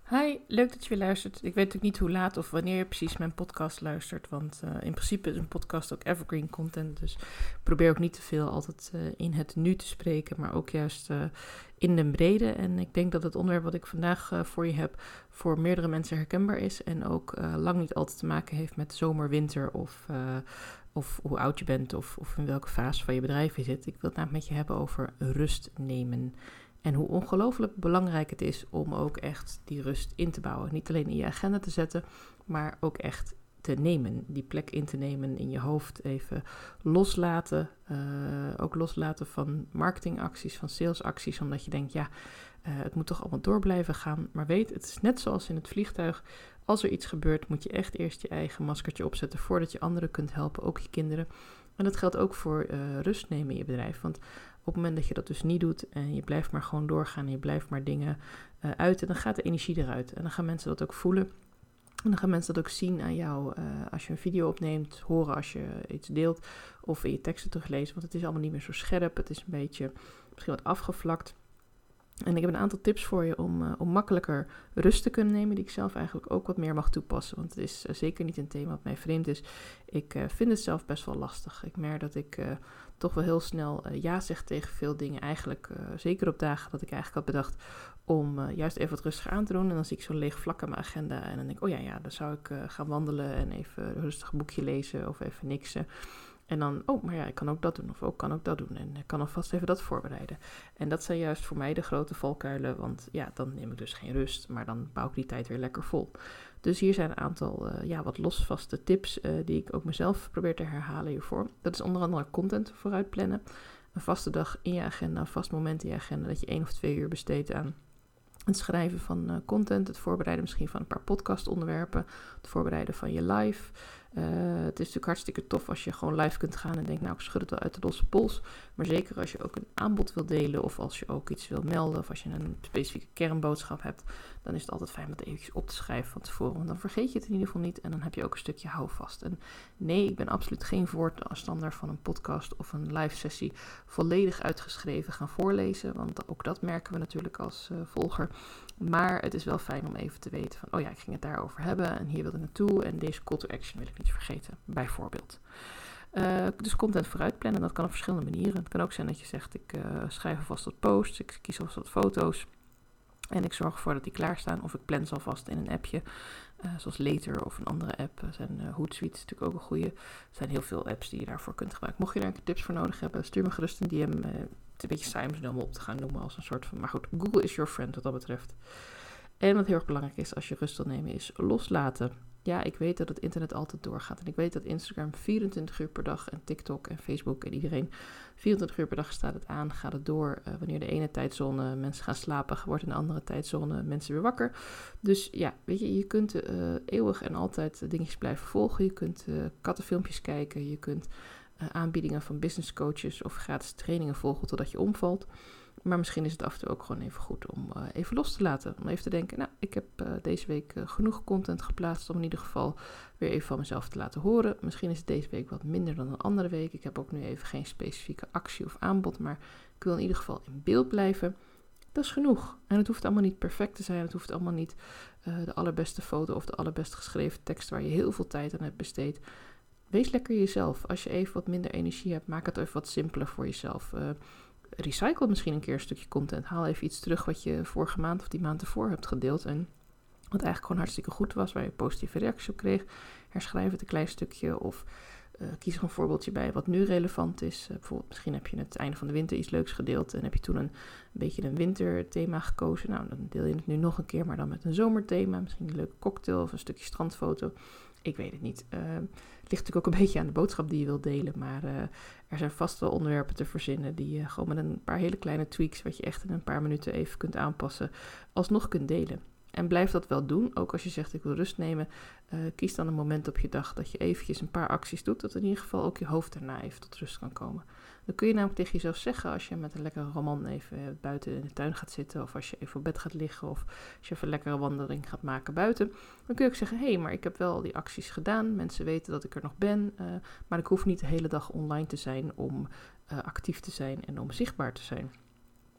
Hi, leuk dat je weer luistert. Ik weet natuurlijk niet hoe laat of wanneer je precies mijn podcast luistert, want in principe is een podcast ook evergreen content, dus ik probeer ook niet te veel altijd in het nu te spreken, maar ook juist in de brede. En ik denk dat het onderwerp wat ik vandaag voor je heb voor meerdere mensen herkenbaar is en ook lang niet altijd te maken heeft met zomer, winter of hoe oud je bent of in welke fase van je bedrijf je zit. Ik wil het namelijk met je hebben over rust nemen. En hoe ongelooflijk belangrijk het is om ook echt die rust in te bouwen. Niet alleen in je agenda te zetten, maar ook echt te nemen. Die plek in te nemen in je hoofd. Even loslaten. Ook loslaten van marketingacties, van salesacties. Omdat je denkt, het moet toch allemaal door blijven gaan. Maar weet, het is net zoals in het vliegtuig. Als er iets gebeurt, moet je echt eerst je eigen maskertje opzetten voordat je anderen kunt helpen, ook je kinderen. En dat geldt ook voor rust nemen in je bedrijf. Want op het moment dat je dat dus niet doet en je blijft maar gewoon doorgaan en je blijft maar dingen uiten, dan gaat de energie eruit. En dan gaan mensen dat ook voelen. En dan gaan mensen dat ook zien aan jou als je een video opneemt, horen als je iets deelt of in je teksten teruglezen. Want het is allemaal niet meer zo scherp, het is een beetje misschien wat afgevlakt. En ik heb een aantal tips voor je om makkelijker rust te kunnen nemen, die ik zelf eigenlijk ook wat meer mag toepassen. Want het is zeker niet een thema wat mij vreemd is. Ik vind het zelf best wel lastig. Ik merk dat ik toch wel heel snel ja zeg tegen veel dingen. Eigenlijk zeker op dagen dat ik eigenlijk had bedacht om juist even wat rustiger aan te doen. En dan zie ik zo'n leeg vlak aan mijn agenda en dan denk ik, dan zou ik gaan wandelen en even een rustig boekje lezen of even niksen. En dan, ik kan ook dat doen of ook kan ook dat doen. En ik kan alvast even dat voorbereiden. En dat zijn juist voor mij de grote valkuilen. Want dan neem ik dus geen rust. Maar dan bouw ik die tijd weer lekker vol. Dus hier zijn een aantal wat losvaste tips die ik ook mezelf probeer te herhalen hiervoor. Dat is onder andere content vooruit plannen. Een vaste dag in je agenda, een vast moment in je agenda. Dat je 1 of 2 uur besteedt aan het schrijven van content. Het voorbereiden misschien van een paar podcastonderwerpen. Het voorbereiden van je live. Het is natuurlijk hartstikke tof als je gewoon live kunt gaan en denkt, ik schud het wel uit de losse pols. Maar zeker als je ook een aanbod wil delen of als je ook iets wil melden of als je een specifieke kernboodschap hebt, dan is het altijd fijn om het eventjes op te schrijven van tevoren. Want dan vergeet je het in ieder geval niet en dan heb je ook een stukje houvast. En nee, ik ben absoluut geen voorstander van een podcast of een live sessie volledig uitgeschreven gaan voorlezen. Want ook dat merken we natuurlijk als volger. Maar het is wel fijn om even te weten van, ik ging het daarover hebben en hier wilde ik naartoe en deze call to action wil ik niet vergeten, bijvoorbeeld. Dus content vooruit plannen, dat kan op verschillende manieren. Het kan ook zijn dat je zegt, ik schrijf alvast wat posts, ik kies alvast wat foto's en ik zorg ervoor dat die klaarstaan of ik plan ze alvast in een appje. Zoals Later of een andere app. Hootsuite is natuurlijk ook een goede. Er zijn heel veel apps die je daarvoor kunt gebruiken. Mocht je daar tips voor nodig hebben, stuur me gerust een DM. Het is een beetje saai om ze allemaal op te gaan noemen als een soort van... Maar goed, Google is your friend wat dat betreft. En wat heel erg belangrijk is als je rust wil nemen is loslaten. Ja, ik weet dat het internet altijd doorgaat. En ik weet dat Instagram 24 uur per dag en TikTok en Facebook en iedereen 24 uur per dag staat het aan, gaat het door. Wanneer de ene tijdzone mensen gaan slapen, wordt in de andere tijdzone mensen weer wakker. Dus je kunt eeuwig en altijd dingetjes blijven volgen. Je kunt kattenfilmpjes kijken. Je kunt aanbiedingen van business coaches of gratis trainingen volgen totdat je omvalt. Maar misschien is het af en toe ook gewoon even goed om even los te laten. Om even te denken, ik heb deze week genoeg content geplaatst om in ieder geval weer even van mezelf te laten horen. Misschien is het deze week wat minder dan een andere week. Ik heb ook nu even geen specifieke actie of aanbod, maar ik wil in ieder geval in beeld blijven. Dat is genoeg. En het hoeft allemaal niet perfect te zijn. Het hoeft allemaal niet de allerbeste foto of de allerbest geschreven tekst waar je heel veel tijd aan hebt besteed. Wees lekker jezelf. Als je even wat minder energie hebt, maak het even wat simpeler voor jezelf. Recycle misschien een keer een stukje content. Haal even iets terug wat je vorige maand of die maand ervoor hebt gedeeld. En wat eigenlijk gewoon hartstikke goed was, waar je positieve reactie op kreeg. Herschrijf het een klein stukje of kies er een voorbeeldje bij wat nu relevant is. Bijvoorbeeld misschien heb je het einde van de winter iets leuks gedeeld en heb je toen een beetje een winterthema gekozen. Nou, dan deel je het nu nog een keer, maar dan met een zomerthema. Misschien een leuke cocktail of een stukje strandfoto. Ik weet het niet. Het ligt natuurlijk ook een beetje aan de boodschap die je wilt delen. Maar er zijn vast wel onderwerpen te verzinnen die je gewoon met een paar hele kleine tweaks, wat je echt in een paar minuten even kunt aanpassen, alsnog kunt delen. En blijf dat wel doen. Ook als je zegt ik wil rust nemen. Kies dan een moment op je dag dat je eventjes een paar acties doet. Dat in ieder geval ook je hoofd daarna even tot rust kan komen. Dan kun je namelijk tegen jezelf zeggen als je met een lekkere roman even buiten in de tuin gaat zitten. Of als je even op bed gaat liggen. Of als je even een lekkere wandeling gaat maken buiten. Dan kun je ook zeggen, maar ik heb wel die acties gedaan. Mensen weten dat ik er nog ben. Maar ik hoef niet de hele dag online te zijn om actief te zijn en om zichtbaar te zijn.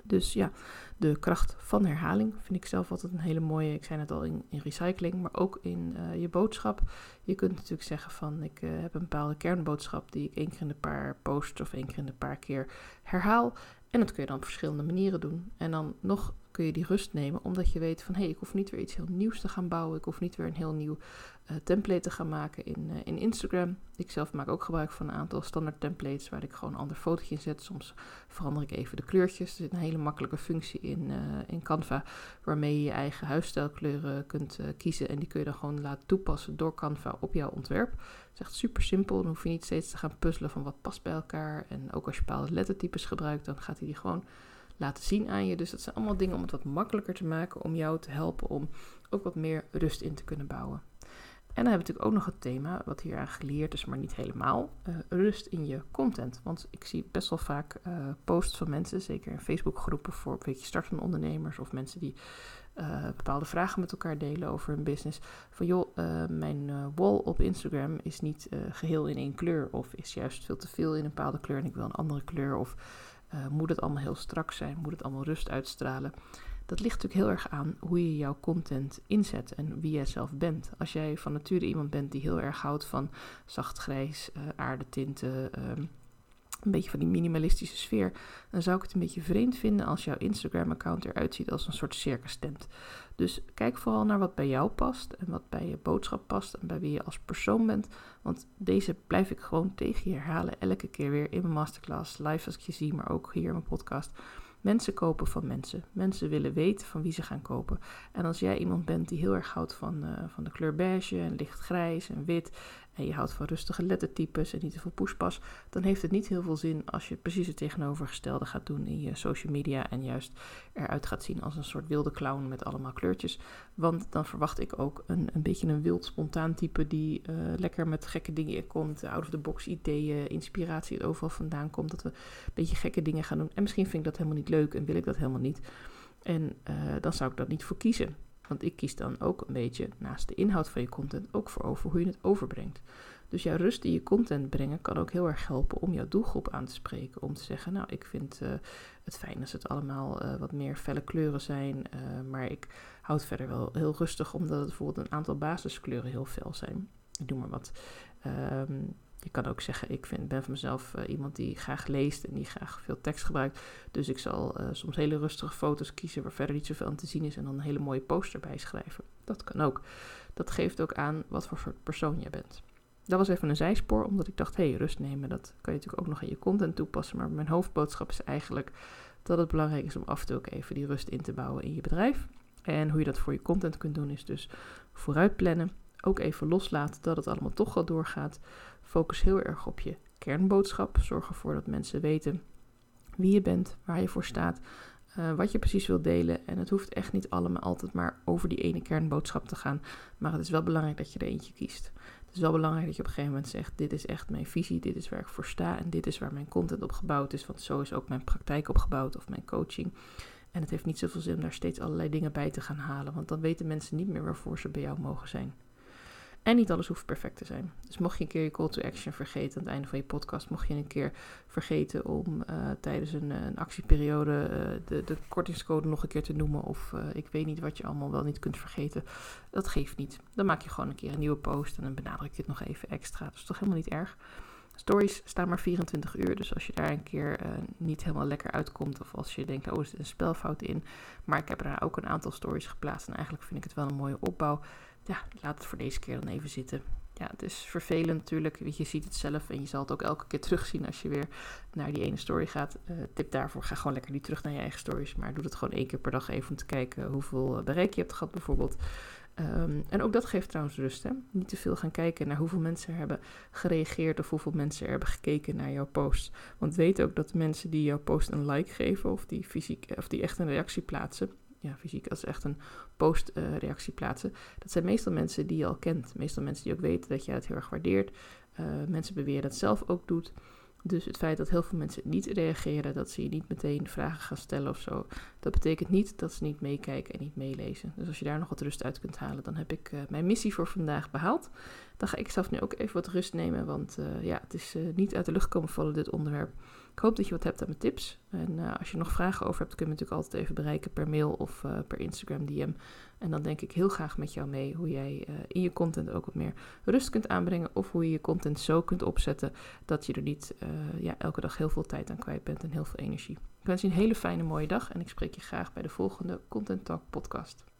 Dus ja, de kracht van herhaling vind ik zelf altijd een hele mooie. Ik zei het al in recycling, maar ook in je boodschap. Je kunt natuurlijk zeggen van ik heb een bepaalde kernboodschap die ik 1 keer in de paar posts of 1 keer in de paar keer herhaal. En dat kun je dan op verschillende manieren doen. En dan nog kun je die rust nemen, omdat je weet van ik hoef niet weer iets heel nieuws te gaan bouwen. Ik hoef niet weer een heel nieuw template te gaan maken in Instagram. Ik zelf maak ook gebruik van een aantal standaard templates waar ik gewoon een ander fotootje in zet. Soms verander ik even de kleurtjes. Er zit een hele makkelijke functie in Canva waarmee je je eigen huisstijlkleuren kunt kiezen. En die kun je dan gewoon laten toepassen door Canva op jouw ontwerp. Het is echt super simpel. Dan hoef je niet steeds te gaan puzzelen van wat past bij elkaar. En ook als je bepaalde lettertypes gebruikt, dan gaat hij die gewoon laten zien aan je. Dus dat zijn allemaal dingen om het wat makkelijker te maken, om jou te helpen om ook wat meer rust in te kunnen bouwen. En dan hebben we natuurlijk ook nog het thema, wat hier aan geleerd is, maar niet helemaal, rust in je content. Want ik zie best wel vaak posts van mensen, zeker in Facebookgroepen voor een beetje startende ondernemers of mensen die bepaalde vragen met elkaar delen over hun business. Van joh, mijn wall op Instagram is niet geheel in 1 kleur of is juist veel te veel in een bepaalde kleur en ik wil een andere kleur of moet het allemaal heel strak zijn, moet het allemaal rust uitstralen. Dat ligt natuurlijk heel erg aan hoe je jouw content inzet en wie jij zelf bent. Als jij van nature iemand bent die heel erg houdt van zacht grijs, aardetinten, een beetje van die minimalistische sfeer, dan zou ik het een beetje vreemd vinden als jouw Instagram-account eruit ziet als een soort circus tent. Dus kijk vooral naar wat bij jou past en wat bij je boodschap past en bij wie je als persoon bent. Want deze blijf ik gewoon tegen je herhalen elke keer weer in mijn masterclass, live als ik je zie, maar ook hier in mijn podcast. Mensen kopen van mensen. Mensen willen weten van wie ze gaan kopen. En als jij iemand bent die heel erg houdt van de kleur beige en lichtgrijs en wit, en je houdt van rustige lettertypes en niet te veel poespas, dan heeft het niet heel veel zin als je precies het tegenovergestelde gaat doen in je social media en juist eruit gaat zien als een soort wilde clown met allemaal kleurtjes. Want dan verwacht ik ook een beetje een wild, spontaan type die lekker met gekke dingen in komt, out of the box ideeën, inspiratie het overal vandaan komt, dat we een beetje gekke dingen gaan doen. En misschien vind ik dat helemaal niet leuk en wil ik dat helemaal niet. En dan zou ik dat niet voor kiezen. Want ik kies dan ook een beetje naast de inhoud van je content ook voor over hoe je het overbrengt. Dus jouw rust in je content brengen kan ook heel erg helpen om jouw doelgroep aan te spreken. Om te zeggen, nou ik vind het fijn als het allemaal wat meer felle kleuren zijn. Maar ik houd verder wel heel rustig omdat het bijvoorbeeld een aantal basiskleuren heel fel zijn. Ik doe maar wat. Je kan ook zeggen, ben van mezelf iemand die graag leest en die graag veel tekst gebruikt. Dus ik zal soms hele rustige foto's kiezen waar verder niet zoveel aan te zien is en dan een hele mooie poster bij schrijven. Dat kan ook. Dat geeft ook aan wat voor soort persoon je bent. Dat was even een zijspoor, omdat ik dacht, rust nemen, dat kan je natuurlijk ook nog in je content toepassen. Maar mijn hoofdboodschap is eigenlijk dat het belangrijk is om af en toe ook even die rust in te bouwen in je bedrijf. En hoe je dat voor je content kunt doen is dus vooruit plannen. Ook even loslaten dat het allemaal toch wel doorgaat. Focus heel erg op je kernboodschap. Zorg ervoor dat mensen weten wie je bent, waar je voor staat, wat je precies wilt delen. En het hoeft echt niet allemaal altijd maar over die ene kernboodschap te gaan. Maar het is wel belangrijk dat je er eentje kiest. Het is wel belangrijk dat je op een gegeven moment zegt, dit is echt mijn visie, dit is waar ik voor sta en dit is waar mijn content op gebouwd is. Want zo is ook mijn praktijk opgebouwd of mijn coaching. En het heeft niet zoveel zin om daar steeds allerlei dingen bij te gaan halen. Want dan weten mensen niet meer waarvoor ze bij jou mogen zijn. En niet alles hoeft perfect te zijn. Dus mocht je een keer je call to action vergeten aan het einde van je podcast, mocht je een keer vergeten om tijdens een actieperiode de kortingscode nog een keer te noemen, of ik weet niet wat je allemaal wel niet kunt vergeten, dat geeft niet. Dan maak je gewoon een keer een nieuwe post en dan benadruk je het nog even extra. Dat is toch helemaal niet erg. Stories staan maar 24 uur, dus als je daar een keer niet helemaal lekker uitkomt, of als je denkt, er zit een spelfout in, maar ik heb er ook een aantal stories geplaatst en eigenlijk vind ik het wel een mooie opbouw. Ja, laat het voor deze keer dan even zitten. Ja, het is vervelend natuurlijk. Je ziet het zelf en je zal het ook elke keer terugzien als je weer naar die ene story gaat. Tip daarvoor, ga gewoon lekker niet terug naar je eigen stories. Maar doe het gewoon 1 keer per dag even om te kijken hoeveel bereik je hebt gehad bijvoorbeeld. En ook dat geeft trouwens rust. Hè? Niet te veel gaan kijken naar hoeveel mensen er hebben gereageerd of hoeveel mensen er hebben gekeken naar jouw post. Want weet ook dat de mensen die jouw post een like geven of die echt een reactie plaatsen. Ja, fysiek, als echt een postreactie plaatsen. Dat zijn meestal mensen die je al kent. Meestal mensen die ook weten dat jij het heel erg waardeert. Mensen beweren dat het zelf ook doet. Dus het feit dat heel veel mensen niet reageren, dat ze je niet meteen vragen gaan stellen of zo, dat betekent niet dat ze niet meekijken en niet meelezen. Dus als je daar nog wat rust uit kunt halen, dan heb ik mijn missie voor vandaag behaald. dan ga ik zelf nu ook even wat rust nemen. Want het is niet uit de lucht komen vallen, dit onderwerp. Ik hoop dat je wat hebt aan mijn tips. En als je nog vragen over hebt, kun je me natuurlijk altijd even bereiken per mail of per Instagram DM. En dan denk ik heel graag met jou mee hoe jij in je content ook wat meer rust kunt aanbrengen. Of hoe je je content zo kunt opzetten dat je er niet elke dag heel veel tijd aan kwijt bent en heel veel energie. Ik wens je een hele fijne mooie dag en ik spreek je graag bij de volgende Content Talk podcast.